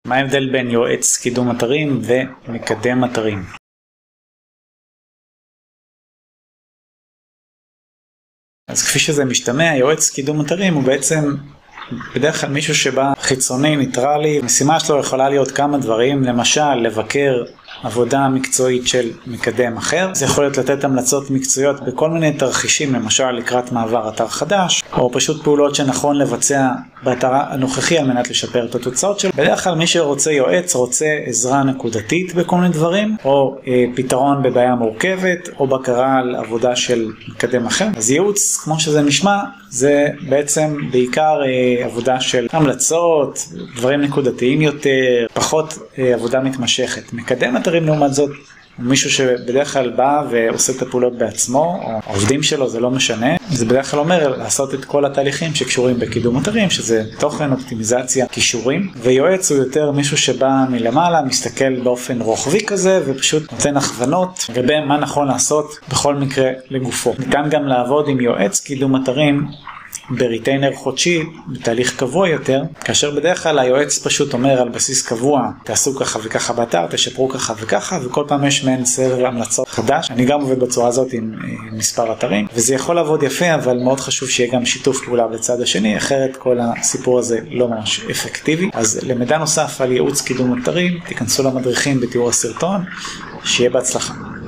מה ההבדל בין יועץ קידום אתרים ומקדם אתרים? אז כפי שזה משתמע, יועץ קידום אתרים הוא בעצם בדרך כלל מישהו שבא חיצוני, ניטרלי. המשימה שלו יכולה להיות כמה דברים, למשל לבקר עבודה מקצועית של מקדם אחר. זה יכול להיות לתת המלצות מקצועיות בכל מיני תרחישים, למשל לקראת מעבר אתר חדש, או פשוט פעולות שנכון לבצע באתר הנוכחי על מנת לשפר את התוצאות שלו. בדרך כלל מי שרוצה יועץ רוצה עזרה נקודתית בכל מיני דברים, או פתרון בבעיה מורכבת, או בקרה על עבודה של מקדם אחר. אז ייעוץ, כמו שזה נשמע, זה בעצם בעיקר עבודה של המלצות, דברים נקודתיים יותר, פחות עבודה מתמשכת. מקדם אתרים לעומת זאת, הוא מישהו שבדרך כלל בא ועושה את הפעולות בעצמו, או העובדים שלו, זה לא משנה. זה בדרך כלל אומר לעשות את כל התהליכים שקשורים בקידום אתרים, שזה תוכן, אופטימיזציה, קישורים. ויועץ הוא יותר מישהו שבא מלמעלה, מסתכל באופן רוחבי כזה, ופשוט נותן הכוונות לגבי מה נכון לעשות בכל מקרה לגופו. ניתן גם לעבוד עם יועץ קידום אתרים בריטיינר חודשי, בתהליך קבוע יותר, כאשר בדרך כלל היועץ פשוט אומר על בסיס קבוע, תעשו ככה וככה באתר, תשפרו ככה וככה, וכל פעם יש מעין סבב המלצות חדש. אני גם עובד בצורה הזאת עם מספר אתרים, וזה יכול לעבוד יפה, אבל מאוד חשוב שיהיה גם שיתוף פעולה בצד השני, אחרת כל הסיפור הזה לא ממש אפקטיבי. אז למידע נוסף על ייעוץ קידום אתרים, תיכנסו למדריכים בתיאור הסרטון, שיהיה בהצלחה.